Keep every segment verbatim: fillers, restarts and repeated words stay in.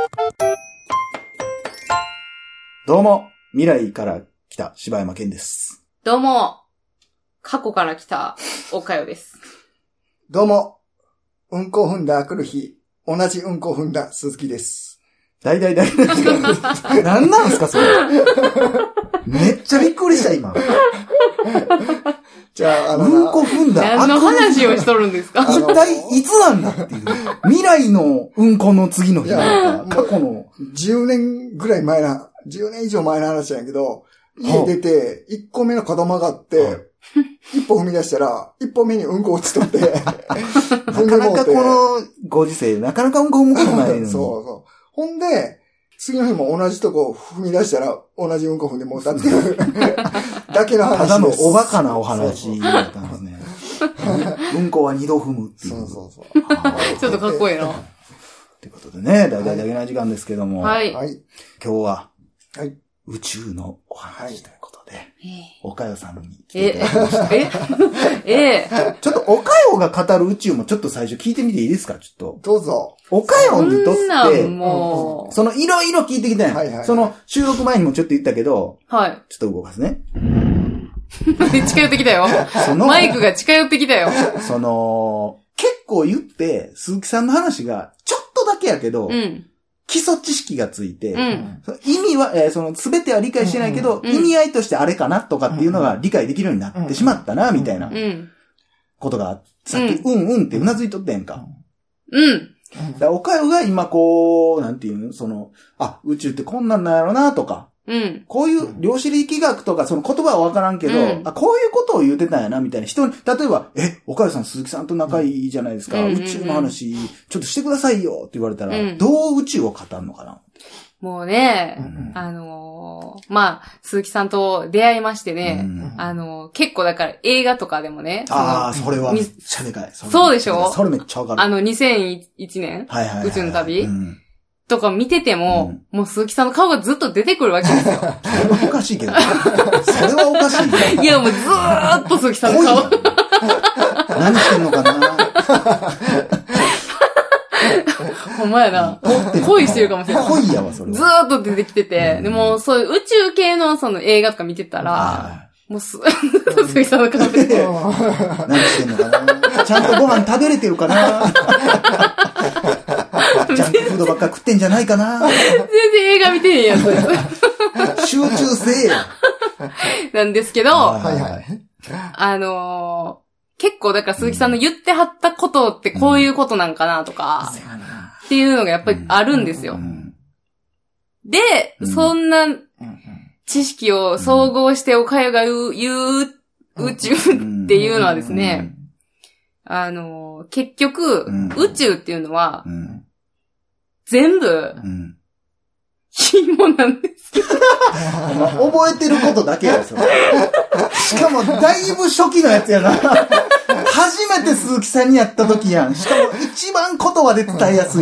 どうも、未来から来た柴山健です。 どうも、過去から来た岡代です。 どうも、うんこを踏んだ来る日、同じうんこを踏んだ鈴木です。 大大大大何なんすかそれ。めっちゃびっくりした今。 じゃあ、あの、 うんこ踏んだ。 何の話をしとるんですか？ 一体いつなんだっていう。未来のうんこの次の日なんか、過去の。 じゅうねんぐらい前な、じゅうねん以上前の話なんやけど、家出て、いっこめの子供があって、一歩踏み出したら、一歩目にうんこ落ちとって、 なかなかこのご時世、なかなかうんこ踏むことないのに。 そうそう。ほんで、次の日も同じとこ踏み出したら、同じうんこ踏んでもうたっていうだけの話です。 ただのおバカなお話だったんですね。うんこは二度踏むっていう。 そうそうそう。 ちょっとかっこいいな。 ということでね、だいたいだけな時間ですけども。 はい。 はい。 今日は、 はい。 宇宙のお話ということで、はい、おかよさんに来ていただきました。 ええええちょっとおかよが語る宇宙もちょっと最初聞いてみていいですかちょっと。 どうぞ。 おかよにとって、 もうそのいろいろ聞いてきたんや、はいはいはい。その収録前にもちょっと言ったけど、 はい。 ちょっと動かすね。 近寄ってきたよ。そのマイクが近寄ってきたよ。 その、結構言って、鈴木さんの話がちょっとだけやけど、 うん基礎知識がついて、 うん、 意味は、えー、その、すべては理解してないけど、うん、意味合いとしてあれかなとかっていうのが理解できるようになってしまったな、みたいな、ことが、さっき、うん、うん、うんってうなずいとったやんか。 うん。 だからおかよが今こう、なんていうのその、あ、宇宙ってこんなんなんやろな、とか、 うん。 こういう量子力学とか、その言葉はわからんけど、うん、あ、こういうことを言うてたんやな、みたいな人に、例えば、え、おかよさん鈴木さんと仲いいじゃないですか、うん、宇宙の話、ちょっとしてくださいよって言われたら、うん、どう宇宙を語るのかなもうね、うん、あのー、まあ、鈴木さんと出会いましてね、うん、あのー、結構だから映画とかでもね。 ああ、それはめっちゃでかい。 そうでしょ？ それめっちゃわかる。 あの、にせんいちねん、はいはいはいはい、宇宙の旅、うんとか見てても、うん、もう鈴木さんの顔がずっと出てくるわけですよ。それはおかしいけど。それはおかしい。 いや、もうずーっと鈴木さんの顔。 何してんのかなほんまやな。恋してるかもしれない。 恋やわ、それは。 ずーっと出てきてて、うん、でもそういう宇宙系のその映画とか見てたら、もうす、ずっと鈴木さんの顔出て何してんのかなちゃんとご飯食べれてるかなジャンクフードばっか食ってんじゃないかな全然映画見てへんやん、そいつ。集中せえよ。 なんですけど、 はいはい、 あのー、結構だから鈴木さんの言ってはったことってこういうことなんかなとか、うん、っていうのがやっぱりあるんですよ。うん、で、うん、そんな知識を総合しておかゆが言う、言う宇宙っていうのはですね、あのー、結局、宇宙っていうのは、全部、うん、紐なんですよ。 覚えてることだけやそれ。しかもだいぶ初期のやつやな。初めて鈴木さんにやった時やん。しかも一番言葉で伝えやすい。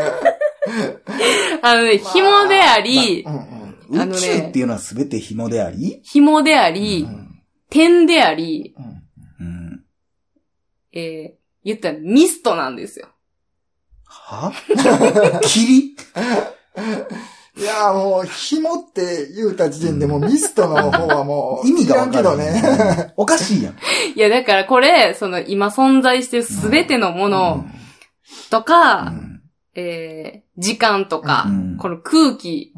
あのね、紐であり、 まあうんうん、宇宙っていうのはすべて紐であり紐であり、うん、点であり、うん、えー、言ったらミストなんですよ。 は霧いやもう、紐って言うた時点でもうミストの方はもう、 意味がわかるね。 おかしいやん。 いや、だからこれ、その今存在してるすべてのものとか、うん、えー、時間とか、うん、この空気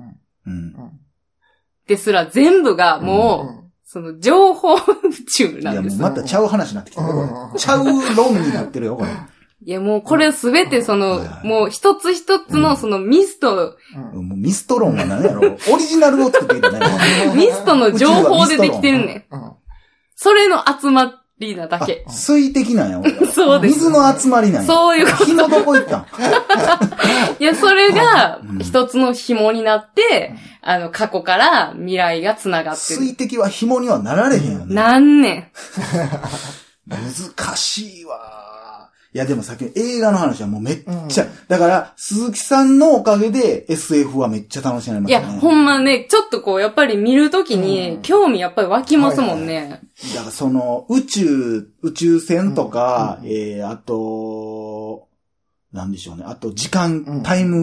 ですら全部がもう、うん、その情報宇宙なんですよ。 いや、もうまたちゃう話になってきてるよ。ちゃう論になってるよ、これ。 いやもうこれすべてその、もう一つ一つのそのミスト。 うん、もうミスト論は何やろオリジナルを作っているね。 ミストの情報でできてるね。それの集まりなだけ。 水滴なんや、 そうです。 水の集まりなんや。 そういうこと。 紐どこ行ったんいや、それが一つの紐になって、あの、過去から未来が繋がってる。 水滴は紐にはなられへんよね。 なんねん。 難しいわ。いやでもさっきの映画の話はもうめっちゃ、うん、だから鈴木さんのおかげで エスエフ はめっちゃ楽しめましたね。 いや、ほんまね、ちょっとこうやっぱり見るときに興味やっぱり湧きますもんね。はいはい、 だからその宇宙、宇宙船とか、うんうん、えー、あと、なんでしょうね。あと時間、うん、タイム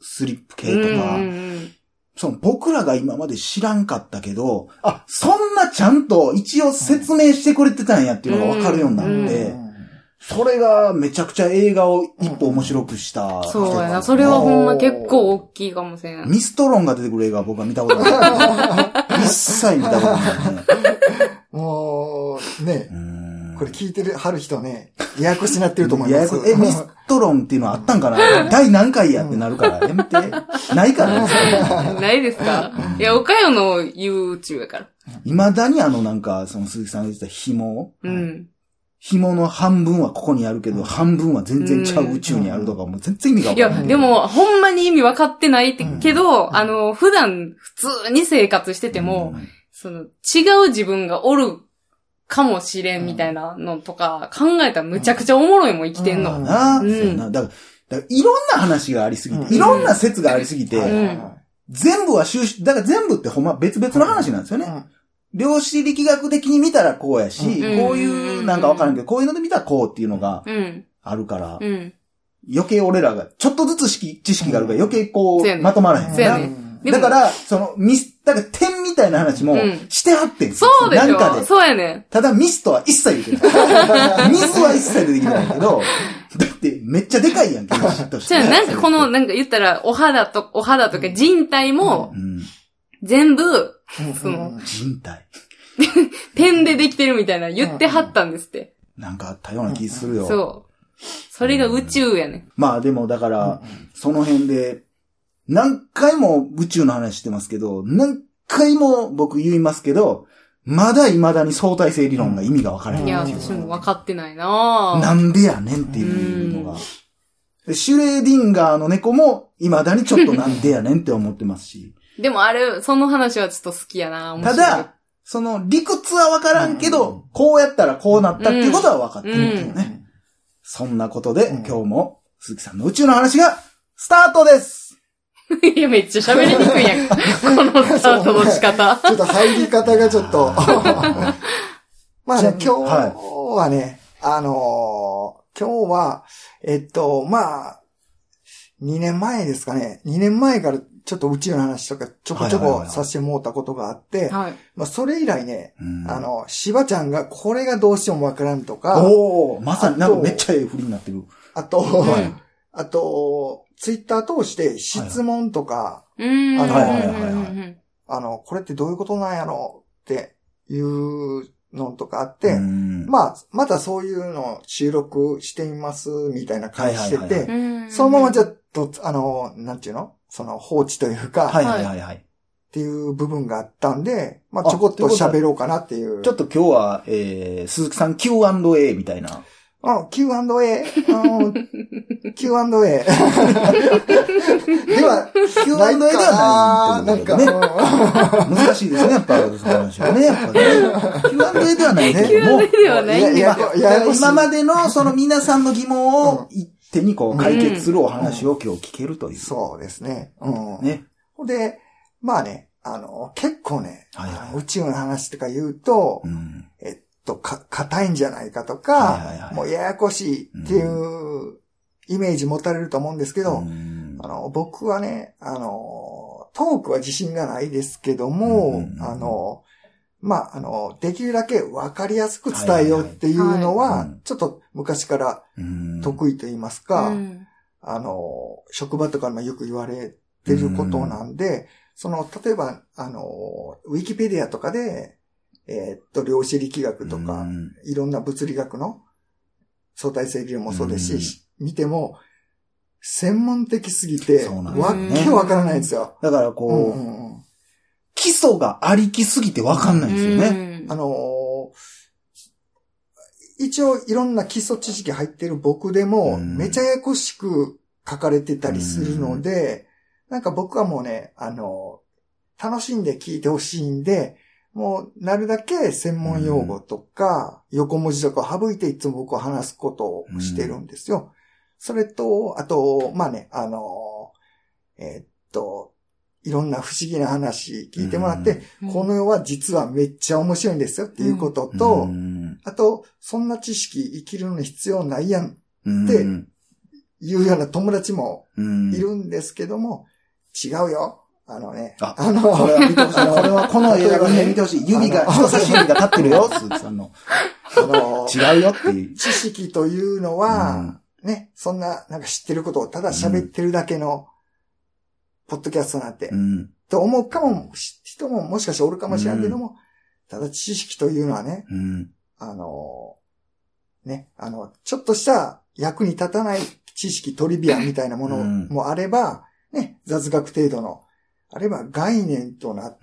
スリップ系とか、うんうんうん、その僕らが今まで知らんかったけど、あ、そんなちゃんと一応説明してくれてたんやっていうのがわかるようになって、うんうん、それがめちゃくちゃ映画を一歩面白くした。 うん、そうやな。それはほんま結構大きいかもしれない。 ミストロンが出てくる映画は僕は見たことない。一切見たことないね。 もう、ね。これ聞いてる、はる人ね、ややこしになってると思います。 え、ミストロンっていうのはあったんかな第何回やってなるから、やめて。ないからね。ないですかいや、おかよの YouTube やから。 未だにあのなんか、その鈴木さんが言ってた紐。 うん。 紐の半分はここにあるけど、半分は全然ちゃう宇宙にあるとか、もう全然意味がわからない。 いや、でも、ほんまに意味わかってないってけど、うん、あの、普段普通に生活してても、うん、その、違う自分がおるかもしれんみたいなのとか考えたらむちゃくちゃおもろいもん生きてんの。 うん、なあ、うん、そうな。だから、だからいろんな話がありすぎて、うん、いろんな説がありすぎて、うん、全部は収集、だから全部ってほんま別々の話なんですよね。うん、量子力学的に見たらこうやし、うん、こういうなんかわからんけど、こういうので見たらこうっていうのがあるから、うん、余計俺らが、ちょっとずつ知識があるから余計こう、うん、まとまらへんから。だから、その、ミス、だから点みたいな話もしてはってん、うん、 そうでしょなんかで。そうやね。 ただミスとは一切言ってない。ミスは一切出てきないけど、だってめっちゃでかいやん、原子として。 なんかこの、なんか言ったら、お肌と、お肌とか人体も、全部、うん、その、 人体。 点でできてるみたいな言ってはったんですって。 なんかあったような気するよ。 そう。それが宇宙やね。 まあでもだから、その辺で、何回も宇宙の話してますけど、何回も僕言いますけど、まだ未だに相対性理論が意味が分からない。 いや、私も分かってないなぁ。 なんでやねんっていうのが。シュレーディンガーの猫も未だにちょっとなんでやねんって思ってますし。 でもあれ、その話はちょっと好きやなぁ。ただ、その理屈は分からんけど、うん、こうやったらこうなったっていうことは分かってるっていうね。うんうん、そんなことで、うん、今日も鈴木さんの宇宙の話がスタートです。 いや、めっちゃ喋りにくいやん。このスタートの仕方。 ちょっと入り方がちょっと。まあね、今日はね、はい、あのー、今日は、えっと、まあ、にねんまえですかね。にねんまえからちょっと宇宙の話とかちょこちょこさせてもらったことがあって、はい、まあそれ以来ね、うん、あの、しばちゃんがこれがどうしてもわからんとか。 おー、まさになんかめっちゃええ振りになってる。 あと、はい、あと、ツイッター通して質問とか、 はい、 あの、 はいはいはいはい、 あの、これってどういうことなんやろっていうのとかあって、まあ、またそういうのを収録してみますみたいな感じしてて、はいはいはいはい、そのままじゃっと、あの、なんていうのその放置というか、 はいはいはいはい、 っていう部分があったんで、まあちょこっと喋ろうかなっていう。 ちょっと今日は、えー、鈴木さん キューアンドエー みたいな。 うん、キューアンドエー。キューアンドエー。では、 キューアンドエー ではないってことね。なんか、難しいですね、やっぱ、その話はね。やっぱね。キューアンドエー ではないね。 キューアンドエー ではないんだ。今までの、その皆さんの疑問を一手にこう解決するお話を今日聞けるという。 そうですね。うん。 ね。 で、まあね、あの、結構ね、宇宙の話とか言うと、えっと、か、硬いんじゃないかとか、はいはいはい、もうややこしいっていうイメージ持たれると思うんですけど、うん、あの、僕はね、あの、トークは自信がないですけども、うん、あの、まあ、あの、できるだけわかりやすく伝えようっていうのは、ちょっと昔から得意と言いますか、うん、あの、職場とかでもよく言われてることなんで、うん、その、例えば、あの、ウィキペディアとかで、えー、っと、量子力学とか、いろんな物理学の相対性理論もそうですし、見ても、専門的すぎて、わけわからないんですよ。 だからこう、うんうん、基礎がありきすぎてわかんないんですよね。 あのー、一応いろんな基礎知識入ってる僕でも、めちゃややこしく書かれてたりするので、なんか僕はもうね、あのー、楽しんで聞いてほしいんで、もう、なるだけ専門用語とか、横文字とかを省いていつも僕は話すことをしてるんですよ。うん、それと、あと、まあね、あの、えー、っと、いろんな不思議な話聞いてもらって、うん、この世は実はめっちゃ面白いんですよっていうことと、うん、あと、そんな知識生きるのに必要ないやんっていうような友達もいるんですけども、違うよ。あのね。 あ、あの、これは見てほしい。これはこの映画みんな見てほしい。指が、人差し指が立ってるよ、鈴木さんの。あの、違うよっていう。 知識というのは、うん、ね、そんな、なんか知ってることをただ喋ってるだけの、ポッドキャストなんて、うん、と思うかも、人ももしかしておるかもしれんけども、うん、ただ知識というのはね、うん、あの、ね、あの、ちょっとした役に立たない知識、トリビアみたいなものもあれば、うん、ね、雑学程度の、あれば概念となって、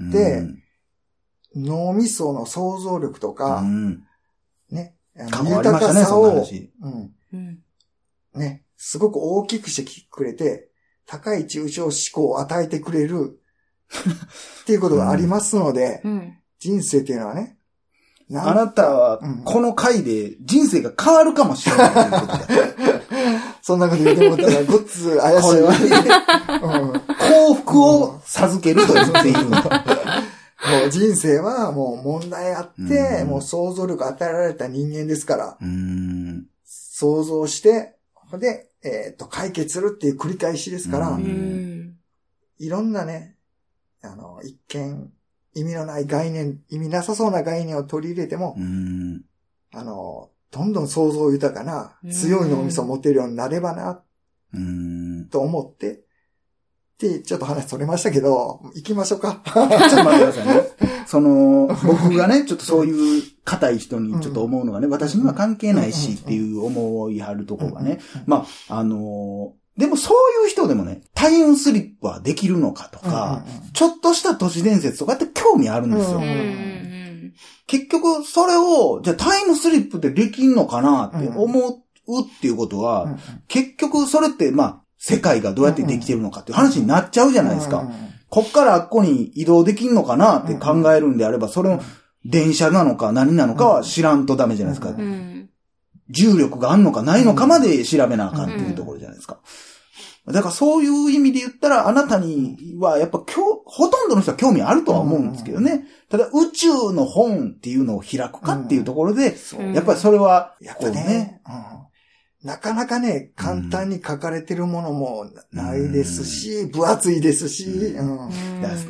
うん、脳みその想像力とか、うん、ね、豊かさを、ねうんうん、ね、すごく大きくしてくれて、高い抽象思考を与えてくれるっていうことがありますので、うん、人生っていうのはね、 あなたはこの回で人生が変わるかもしれないということで。 そんなこと言ってもらったらごっつ怪しいわ、 うん。幸福を授けると言っている。もう人生はもう問題あって、もう想像力与えられた人間ですから、うん想像して、で、えっと、解決するっていう繰り返しですから、うんいろんなね、あの、一見意味のない概念、意味なさそうな概念を取り入れても、うんあの、どんどん想像豊かな強い脳みそを持てるようになればな、うんと思って、で、ちょっと話それましたけど、行きましょうか。 ちょっと待ってくださいね。その、僕がね、ちょっとそういう硬い人にちょっと思うのがね、私には関係ないしっていう思いはるところがね、まあ、あのー、でもそういう人でもね、タイムスリップはできるのかとか、ちょっとした都市伝説とかって興味あるんですよ。結局、それを、じゃあタイムスリップってできんのかなって思うっていうことは、結局それって、まあ、世界がどうやってできてるのかっていう話になっちゃうじゃないですか。こっからあっこに移動できんのかなって考えるんであれば、それを電車なのか何なのかは知らんとダメじゃないですか。重力があんのかないのかまで調べなあかんっていうところじゃないですか。だからそういう意味で言ったら、あなたにはやっぱ今日、ほとんどの人は興味あるとは思うんですけどね。ただ宇宙の本っていうのを開くかっていうところで、やっぱりそれは、 やっぱね、なかなかね、簡単に書かれてるものもないですし、分厚いですし、うんうん、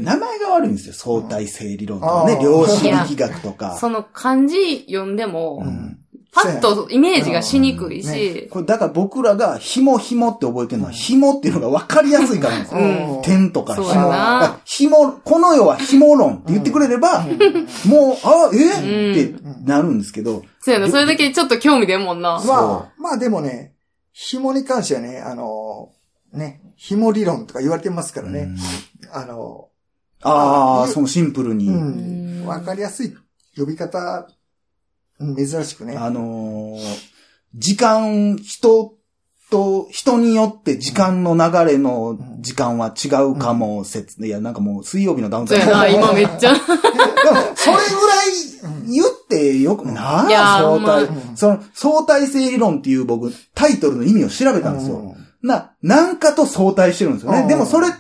名前が悪いんですよ。相対性理論とかね、量子力学とか。 その漢字読んでも、うんパッとイメージがしにくいし。ね、 これだから僕らが紐紐って覚えてるのは、紐っていうのが分かりやすいからなんですよ。うん、点とか紐。紐、この世は紐論って言ってくれれば、うん、もう、あ、え、うん、ってなるんですけど。 そうやな、それだけちょっと興味出んもんな。 まあ、まあでもね、紐に関してはね、あの、ね、紐理論とか言われてますからね。あの、 ああ、そのシンプルに。 うん、分かりやすい呼び方、珍しくね。 あのー、時間、人と、人によって時間の流れの時間は違うかも説、うん、いや、なんかもう水曜日のダウンタウン。 そうやな、今めっちゃ。でも、それぐらい言ってよく、なあ、相対、うん、その、相対性理論っていう僕、タイトルの意味を調べたんですよ。うんな、なんかと相対してるんですよね。でもそれって、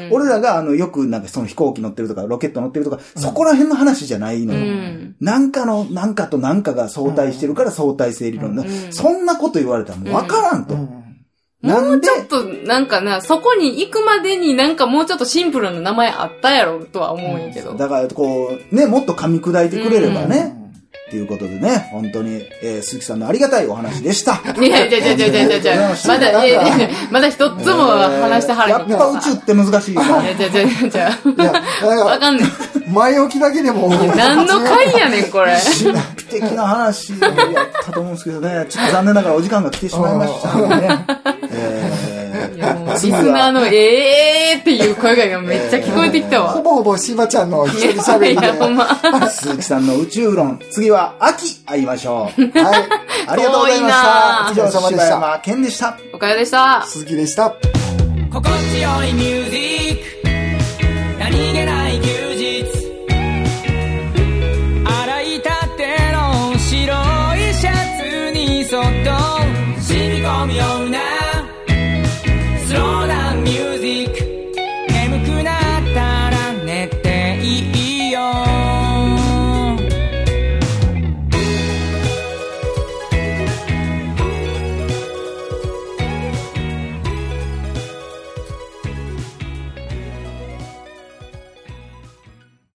俺らがあの、よくなんかその飛行機乗ってるとか、ロケット乗ってるとか、そこら辺の話じゃないのよ。うん、なんかの、なんかとなんかが相対してるから相対性理論。うん、そんなこと言われたらもうわからんと。うんうん、もうちょっと、なんかな、そこに行くまでになんかもうちょっとシンプルな名前あったやろとは思うんやけど。 だからこう、ね、もっと噛み砕いてくれればね。うんということでね、本当に、えー、鈴木さんのありがたいお話でした。 いやいやいやいやいやいやいやまだ、いやいやまだ一つも話してはらへん。 やっぱ宇宙って難しいよ。いやいやいやいやいやわかんない。 前置きだけでも。 何の回やねん、これ。 神秘的な話やったと思うんですけどね、ちょっと残念ながらお時間が来てしまいましたのでね。えー、いやもうリスナーのえーっていう声がめっちゃ聞こえてきたわ。 ほぼほぼしばちゃんの一人喋りで。いや、ほんま。 鈴木さんの宇宙論、次は秋会いましょう。はい。ありがとうございました。以上、柴山健でした。 岡谷でした。 鈴木でした。 心地よいミュージック